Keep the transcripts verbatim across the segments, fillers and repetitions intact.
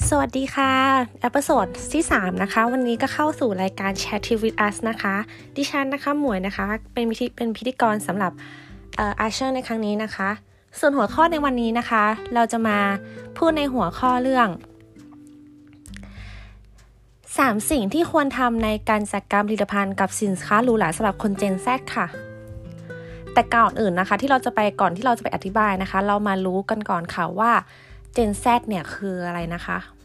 สวัสดีค่ะเอพิโซดที่สามนะคะวันนี้ก็เข้าสู่รายการ Chat with us นะคะดิฉันนะคะหมวยนะคะเป็นพิธีเป็นพิธีกรสำหรับเอ่ออาเชอร์ในครั้งนี้นะคะส่วนหัวข้อในวันนี้นะคะเราจะมาพูดในหัวข้อเรื่องสามสิ่งที่ควรทำในการจัดการผลิตภัณฑ์กับสินค้าหรูหราสำหรับคน Gen Z ค่ะแต่ก่อนอื่นนะคะที่เราจะไปก่อนที่เราจะไปอธิบายนะคะเรามารู้กันก่อนค่ะว่า Gen Z เนี่ยคืออะไรนะคะ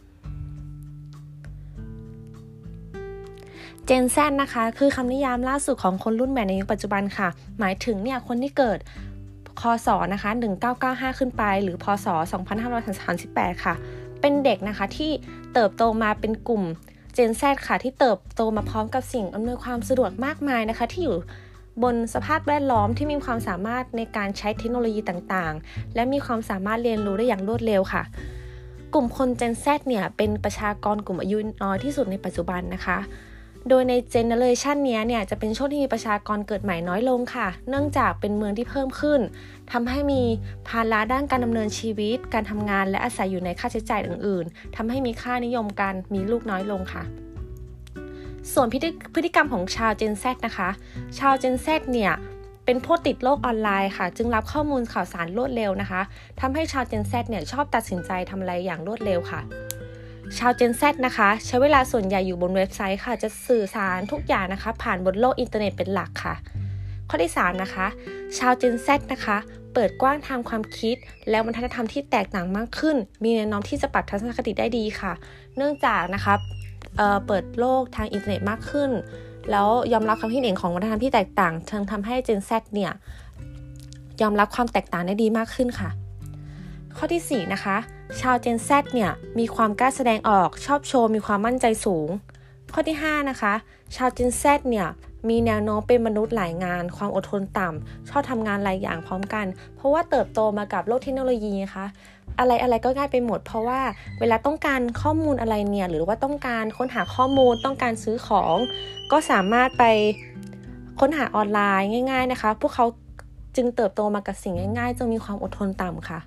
Gen Z นะคะคือคำนิยามล่าสุดของคนรุ่นใหม่ในยุคปัจจุบันค่ะหมายถึงเนี่ยคนที่เกิดคศนะคะหนึ่งพันเก้าร้อยเก้าสิบห้าขึ้นไปหรือพศสองพันห้าร้อยสามสิบแปดค่ะเป็นเด็กนะคะที่เติบโตมาเป็นกลุ่ม Gen Z ค่ะที่เติบโตมาพร้อมกับสิ่งอำนวยความสะดวกมากมายนะคะที่อยู่บนสภาพแวดล้อมที่มีความสามารถในการใช้เทคโนโลยีต่างๆและมีความสามารถเรียนรู้ได้อย่างรวดเร็วค่ะกลุ่มคน Gen Z เนี่ยเป็นประชากรกลุ่มอายุน้อยที่สุดในปัจจุบันนะคะโดยในเจเนอเรชันนี้เนี่ยจะเป็นช่วงที่มีประชากรเกิดใหม่น้อยลงค่ะเนื่องจากเป็นเมืองที่เพิ่มขึ้นทำให้มีภาระด้านการดำเนินชีวิตการทำงานและอาศัยอยู่ในค่าใช้จ่ายอื่นๆทำให้มีค่านิยมการมีลูกน้อยลงค่ะส่วนพฤติกรรมของชาว Gen Z นะคะชาว Gen Z เนี่ยเป็นพวกติดโลกออนไลน์ค่ะจึงรับข้อมูลข่าวสารรวดเร็วนะคะทำให้ชาว Gen Z เนี่ยชอบตัดสินใจทำอะไรอย่างรวดเร็วค่ะชาว Gen Z นะคะใช้เวลาส่วนใหญ่อยู่บนเว็บไซต์ค่ะจะสื่อสารทุกอย่างนะคะผ่านบนโลกอินเทอร์เน็ตเป็นหลักค่ะข้อที่สามนะคะชาว Gen Z นะคะเปิดกว้างทางความคิดและวัฒนธรรมที่แตกต่างมากขึ้นมีแนวโน้มที่จะปรับทัศนคติได้ดีค่ะเนื่องจากนะคะเอ่อเปิดโลกทางอินเทอร์เน็ตมากขึ้นแล้วยอมรับความคิดเห็นของวัฒนธรรมที่แตกต่างจึงทำให้ Gen Z เนี่ยยอมรับความแตกต่างได้ดีมากขึ้นค่ะข้อที่สี่นะคะชาว Gen Z เนี่ยมีความกล้าแสดงออกชอบโชว์มีความมั่นใจสูงข้อที่ห้านะคะชาว Gen Z เนี่ยมีแนวโน้มเป็นมนุษย์หลายงานความอดทนต่ำชอบทำงานหลายอย่างพร้อมกันเพราะว่าเติบโตมากับโลกเทคโนโลยีนะคะอะไรอะไรก็ง่ายไปหมดเพราะว่าเวลาต้องการข้อมูลอะไรเนี่ยหรือว่าต้องการค้นหาข้อมูลต้องการซื้อของก็สามารถไปค้นหาออนไลน์ง่ายๆนะคะพวกเขาจึงเติบโตมากับสิ่งง่ายๆจนมีความอดทนต่ำค่ะ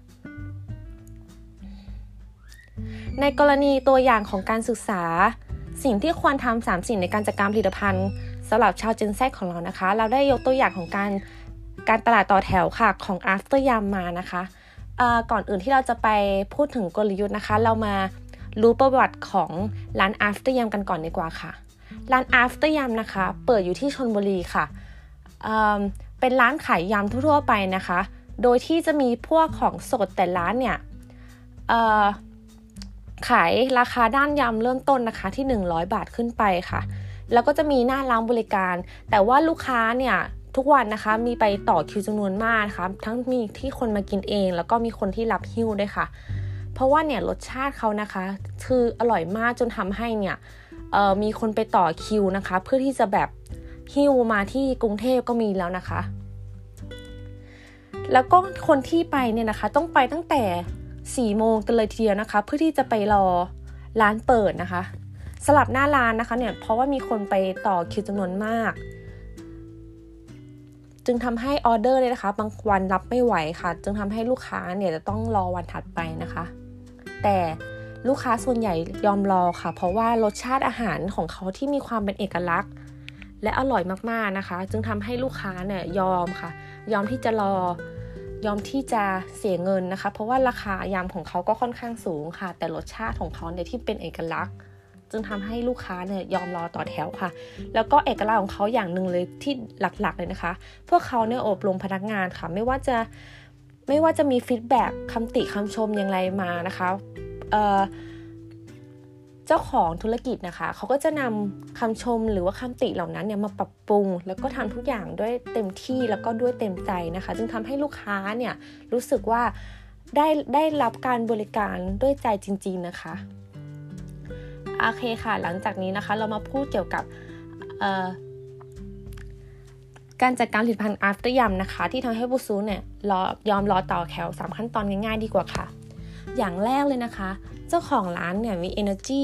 ในกรณีตัวอย่างของการศึกษาสิ่งที่ควรทำสามสิ่งในการจัดการผลิตภัณฑ์สำหรับชาว Gen Z ของเรานะคะเราได้ยกตัวอย่างของการการตลาดต่อแถวค่ะของ After Yum มานะคะเอ่อก่อนอื่นที่เราจะไปพูดถึงกลยุทธ์นะคะเรามารู้ประวัติของร้าน After Yum กันก่อนดีกว่าค่ะร้าน After Yum นะคะเปิดอยู่ที่ชลบุรีค่ะเอ่อเป็นร้านขายยำทั่วๆไปนะคะโดยที่จะมีพวกของสดแต่ร้านเนี่ยเอ่อขายราคาด้านยำเริ่มต้นนะคะที่หนึ่งร้อยบาทขึ้นไปค่ะแล้วก็จะมีหน้าร้านบริการแต่ว่าลูกค้าเนี่ยทุกวันนะคะมีไปต่อคิวจำนวนมากนะคะทั้งมีที่คนมากินเองแล้วก็มีคนที่รับหิ้วด้วยค่ะเพราะว่าเนี่ยรสชาติเขานะคะคืออร่อยมากจนทำให้เนี่ยเอ่อมีคนไปต่อคิวนะคะเพื่อที่จะแบบหิ้วมาที่กรุงเทพก็มีแล้วนะคะแล้วก็คนที่ไปเนี่ยนะคะต้องไปตั้งแต่สี่โมงกันเลยทีเดียวนะคะเพื่อที่จะไปรอร้านเปิดนะคะสลับหน้าร้านนะคะเนี่ยเพราะว่ามีคนไปต่อคิวจำนวนมากจึงทำให้ออเดอร์เลยนะคะบางวันรับไม่ไหวค่ะจึงทำให้ลูกค้าเนี่ยจะต้องรอวันถัดไปนะคะแต่ลูกค้าส่วนใหญ่ยอมรอค่ะเพราะว่ารสชาติอาหารของเขาที่มีความเป็นเอกลักษณ์และอร่อยมากๆนะคะจึงทำให้ลูกค้าเนี่ยยอมค่ะยอมที่จะรอยอมที่จะเสียเงินนะคะเพราะว่าราคายำของเขาก็ค่อนข้างสูงค่ะแต่รสชาติของเขาเนี่ยที่เป็นเอกลักษณ์จึงทำให้ลูกค้าเนี่ยยอมรอต่อแถวค่ะแล้วก็เอกลักษณ์ของเขาอย่างหนึ่งเลยที่หลักๆเลยนะคะพวกเขาเนี่ยอบรมพนักงานค่ะไม่ว่าจะไม่ว่าจะมีฟีดแบ็กคำติคำชมอย่างไรมานะคะเอ่อเจ้าของธุรกิจนะคะเขาก็จะนำคำชมหรือว่าคำติเหล่านั้นเนี่ยมาปรับปรุงแล้วก็ทำทุกอย่างด้วยเต็มที่แล้วก็ด้วยเต็มใจนะคะจึงทำให้ลูกค้าเนี่ยรู้สึกว่าได้ได้รับการบริการด้วยใจจริงๆนะคะโอเคค่ะหลังจากนี้นะคะเรามาพูดเกี่ยวกับการจัดการผลิตภัณฑ์ After Yum นะคะที่ทำให้ผู้ซื้อเนี่ยรอยอมรอต่อแถวสามขั้นตอนง่ายๆดีกว่าค่ะอย่างแรกเลยนะคะเจ้าของร้านเนี่ยมี energy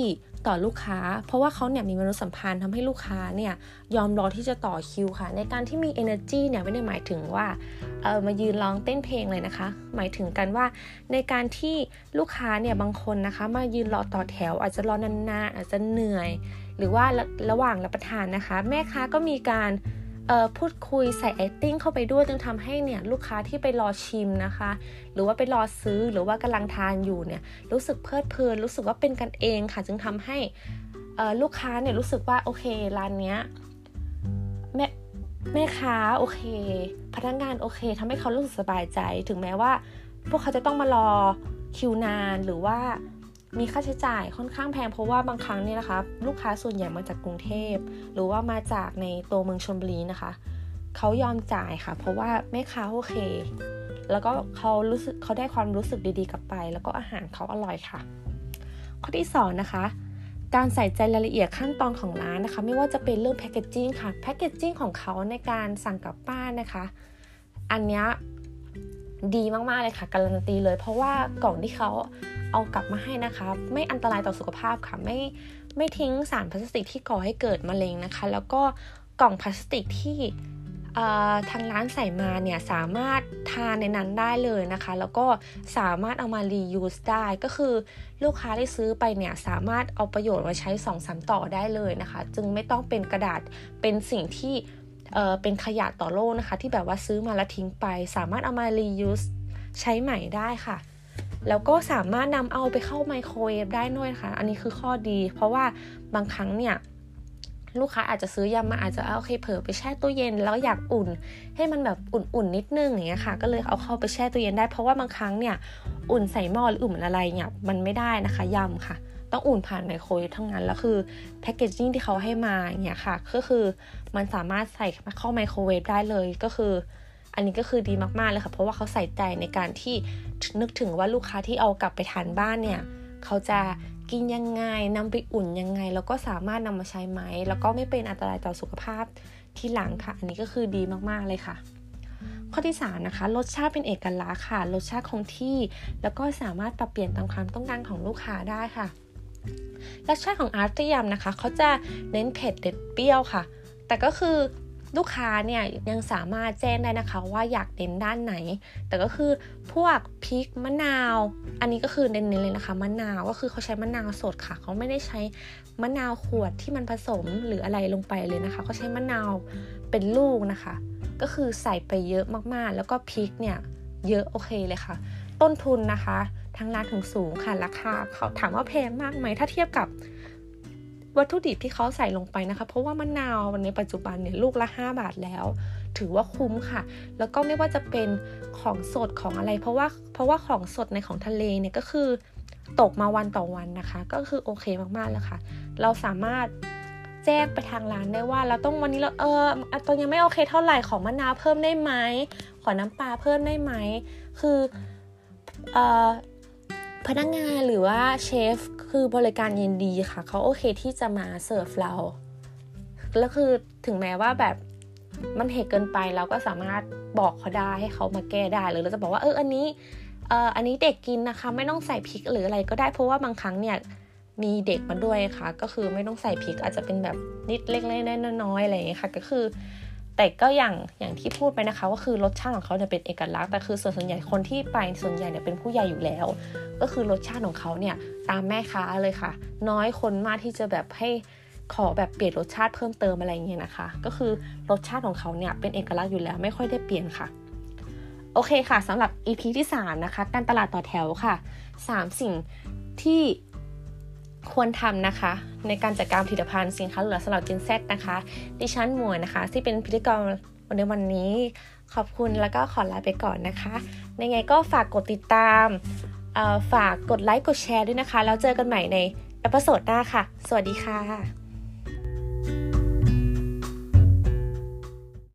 ต่อลูกค้าเพราะว่าเขาเนี่ยมีมนุษยสัมพันธ์ทำให้ลูกค้าเนี่ยยอมรอที่จะต่อคิวค่ะในการที่มี energy เนี่ยไม่ได้หมายถึงว่าเออมายืนร้องเต้นเพลงเลยนะคะหมายถึงกันว่าในการที่ลูกค้าเนี่ยบางคนนะคะมายืนรอต่อแถวอาจจะรอนานๆอาจจะเหนื่อยหรือว่าระหว่างรับประทานนะคะแม่ค้าก็มีการเอ่อพูดคุยใส่ acting เข้าไปด้วยจึงทำให้เนี่ยลูกค้าที่ไปรอชิมนะคะหรือว่าไปรอซื้อหรือว่ากำลังทานอยู่เนี่ยรู้สึกเพลิดเพลินรู้สึกว่าเป็นกันเองค่ะจึงทำให้เอ่อลูกค้าเนี่ยรู้สึกว่าโอเคร้านเนี้ยแม่แม่ค้าโอเคพนักงานโอเคทำให้เขารู้สึกสบายใจถึงแม้ว่าพวกเขาจะต้องมารอคิวนานหรือว่ามีค่าใช้จ่ายค่อนข้างแพงเพราะว่าบางครั้งเนี่ยนะคะลูกค้าส่วนใหญ่มาจากกรุงเทพหรือว่ามาจากในตัวเมืองชลบุรีนะคะเขายอมจ่ายค่ะเพราะว่าแม่ค้าโอเคแล้วก็เขารู้สึกเขาได้ความรู้สึกดีๆกลับไปแล้วก็อาหารเขาอร่อยค่ะข้อที่สองนะคะการใส่ใจรายละเอียดขั้นตอนของร้านนะคะไม่ว่าจะเป็นเรื่องแพคเกจจิ้งค่ะแพคเกจจิ้งของเขาในการสั่งกลับบ้านนะคะอันเนี้ยดีมากๆเลยค่ะการันตีเลยเพราะว่ากล่องที่เขาเอากลับมาให้นะคะไม่อันตรายต่อสุขภาพค่ะไม่ไม่ทิ้งสารพลาสติกที่ก่อให้เกิดมะเร็งนะคะแล้วก็กล่องพลาสติกที่ทางร้านใส่มาเนี่ยสามารถทานในนั้นได้เลยนะคะแล้วก็สามารถเอามา reuse ได้ก็คือลูกค้าที่ซื้อไปเนี่ยสามารถเอาประโยชน์มาใช้ สองถึงสาม ต่อได้เลยนะคะจึงไม่ต้องเป็นกระดาษเป็นสิ่งที่เอ่อเป็นขยะต่อโลกนะคะที่แบบว่าซื้อมาแล้วทิ้งไปสามารถเอามา reuse ใช้ใหม่ได้ค่ะแล้วก็สามารถนำเอาไปเข้าไมโครเวฟได้ด้วยค่ะอันนี้คือข้อดีเพราะว่าบางครั้งเนี่ยลูกค้าอาจจะซื้อยำมาอาจจะโอเคเผลอไปแช่ตู้เย็นแล้วอยากอุ่นให้มันแบบอุ่นๆนิดนึงอย่างเงี้ยค่ะก็เลยเอาเข้าไปแช่ตู้เย็นได้เพราะว่าบางครั้งเนี่ยอุ่นใส่หม้อหรืออุ่นอะไรเนี่ยมันไม่ได้นะคะยำค่ะต้องอุ่นผ่านไมโครเวฟทั้งนั้นแล้วคือแพคเกจจิ้งที่เขาให้มาอย่างเงี้ยค่ะก็คือมันสามารถใส่เข้าไมโครเวฟได้เลยก็คืออันนี้ก็คือดีมากๆเลยค่ะเพราะว่าเขาใส่ใจในการที่นึกถึงว่าลูกค้าที่เอากลับไปทานบ้านเนี่ยเขาจะกินยังไงนำไปอุ่นยังไงแล้วก็สามารถนำมาใช้ไหมแล้วก็ไม่เป็นอันตรายต่อสุขภาพที่หลังค่ะอันนี้ก็คือดีมากๆเลยค่ะข้อที่สามนะคะรสชาติเป็นเอกลักษณ์ค่ะรสชาติคงที่แล้วก็สามารถปรับเปลี่ยนตามความต้องการของลูกค้าได้ค่ะรสชาติของอาร์ตยำนะคะเขาจะเน้นเผ็ดเด็ดเปรี้ยวค่ะแต่ก็คือลูกค้าเนี่ยยังสามารถแจ้งได้นะคะว่าอยากเน้นด้านไหนแต่ก็คือพวกพริกมะนาวอันนี้ก็คือเน้นๆเลยนะคะมะนาวก็คือเขาใช้มะนาวสดค่ะเขาไม่ได้ใช้มะนาวขวดที่มันผสมหรืออะไรลงไปเลยนะคะเขาใช้มะนาวเป็นลูกนะคะก็คือใส่ไปเยอะมากๆแล้วก็พริกเนี่ยเยอะโอเคเลยค่ะต้นทุนนะคะทางร้านถึงสูงค่ะราคาเขาถามว่าแพงมากไหมถ้าเทียบกับวัตถุดิบที่เขาใส่ลงไปนะคะเพราะว่ามะนาวในปัจจุบันเนี่ยลูกละห้าบาทแล้วถือว่าคุ้มค่ะแล้วก็ไม่ว่าจะเป็นของสดของอะไรเพราะว่าเพราะว่าของสดในของทะเลเนี่ยก็คือตกมาวันต่อวันนะคะก็คือโอเคมากๆแล้วค่ะเราสามารถแจ้งไปทางร้านได้ว่าเราต้องวันนี้เราเออตอนยังไม่โอเคเท่าไหร่ของมะนาวเพิ่มได้ไหมขอน้ำปลาเพิ่มได้ไหมคือเอ่อพนักงานหรือว่าเชฟคือบริการยินดีค่ะเขาโอเคที่จะมาเสิร์ฟเราแล้วคือถึงแม้ว่าแบบมันเผ็ดเกินไปเราก็สามารถบอกเขาได้ให้เขามาแก้ได้หรือเราจะบอกว่าเอออันนี้เอ่ออันนี้เด็กกินนะคะไม่ต้องใส่พริกหรืออะไรก็ได้เพราะว่าบางครั้งเนี่ยมีเด็กมาด้วยค่ะก็คือไม่ต้องใส่พริกอาจจะเป็นแบบนิดเล็กๆน้อยๆอะไรอย่างเงี้ยค่ะก็คือแต่ก็อย่างอย่างที่พูดไปนะคะก็คือรสชาติของเขาเนี่ยเป็นเอกลักษณ์แต่คือส่วนส่วนใหญ่คนที่ไปส่วนใหญ่เนี่ยเป็นผู้ใหญ่อยู่แล้วก็คือรสชาติของเขาเนี่ยตามแม่ค้าเลยค่ะน้อยคนมากที่จะแบบให้ขอแบบเปลี่ยนรสชาติเพิ่มเติมอะไรอย่างเงี้ยนะคะก็คือรสชาติของเขาเนี่ยเป็นเอกลักษณ์อยู่แล้วไม่ค่อยได้เปลี่ยนค่ะโอเคค่ะสำหรับ อี พี ที่สามนะคะการตลาดต่อแถวค่ะสามสิ่งที่ควรทำนะคะในการจัดการผลิตภัณฑ์สินค้าหรือสำหรับ Gen Z นะคะดิฉันหมวยนะคะที่เป็นพิธีกรในวันนี้ขอบคุณแล้วก็ขอลาไปก่อนนะคะยังไงก็ฝากกดติดตามฝากกดไลค์กดแชร์ด้วยนะคะแล้วเจอกันใหม่ในเอพิโซดหน้าค่ะสวัสดีค่ะ